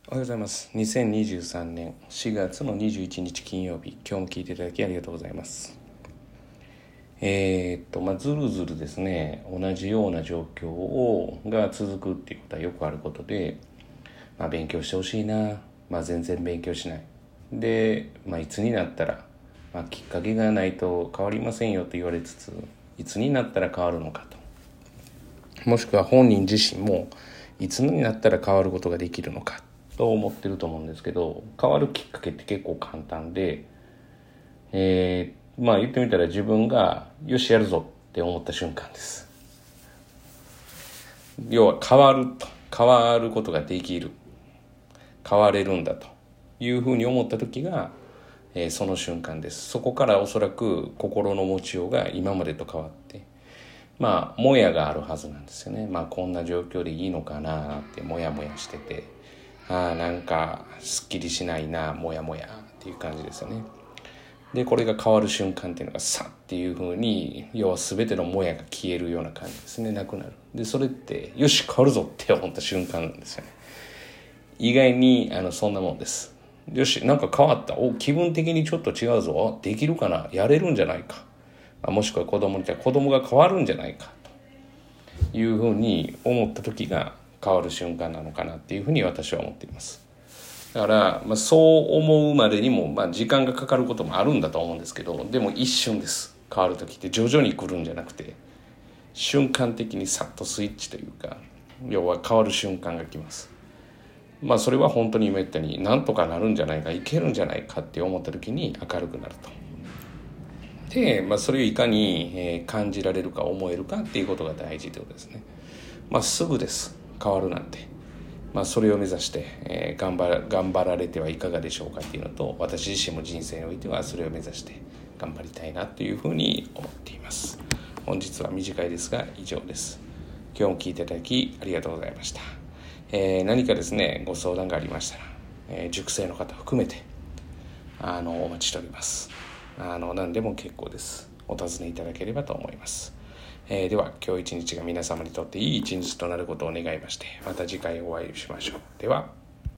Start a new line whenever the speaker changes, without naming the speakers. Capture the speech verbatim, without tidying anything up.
おはようございます。にせんにじゅうさんねんしがつのにじゅういちにち金曜日、今日も聞いていただきありがとうございます。えー、っとまあずるずるですね、同じような状況をが続くっていうことはよくあることで、まあ、勉強してほしいな、まあ、全然勉強しないで、まあ、いつになったら、まあ、きっかけがないと変わりませんよと言われつつ、いつになったら変わるのかと、もしくは本人自身もいつになったら変わることができるのかと思ってると思うんですけど、変わるきっかけって結構簡単で、えー、まあ言ってみたら自分がよしやるぞって思った瞬間です。要は変わると変わることができる、変われるんだというふうに思った時が、えー、その瞬間です。そこからおそらく心の持ちようが今までと変わって、まあもやがあるはずなんですよね。まあこんな状況でいいのかなってもやもやしてて、ああなんかすっきりしないな、もやもやっていう感じですよね。でこれが変わる瞬間っていうのがさっていう風に、要は全てのもやが消えるような感じですね、なくなる。でそれってよし変わるぞって思った瞬間なんですよね。意外にあのそんなもんです。よしなんか変わった、お気分的にちょっと違うぞ、できるかな、やれるんじゃないか、もしくは子供に子供が変わるんじゃないかというふうに思った時が変わる瞬間なのかなっていうふうに私は思っています。だから、まあ、そう思うまでにも、まあ、時間がかかることもあるんだと思うんですけど、でも一瞬です。変わる時って徐々に来るんじゃなくて、瞬間的にさっとスイッチというか、要は変わる瞬間が来ます。まあそれは本当に今言ったように、なんとかなるんじゃないか、いけるんじゃないかって思った時に明るくなると。で、まあ、それをいかに、えー、感じられるか思えるかっていうことが大事ということですね。まあすぐです、変わるなんて。まあ、それを目指して、えー、頑張ら、頑張られてはいかがでしょうかっていうのと、私自身も人生においてはそれを目指して頑張りたいなというふうに思っています。本日は短いですが以上です。今日も聞いていただきありがとうございました。えー、何かですねご相談がありましたら、えー、塾生の方含めてあのお待ちしております。あの何でも結構です。お尋ねいただければと思います。えー、では今日一日が皆様にとっていい一日となることを願いまして、また次回お会いしましょう。では。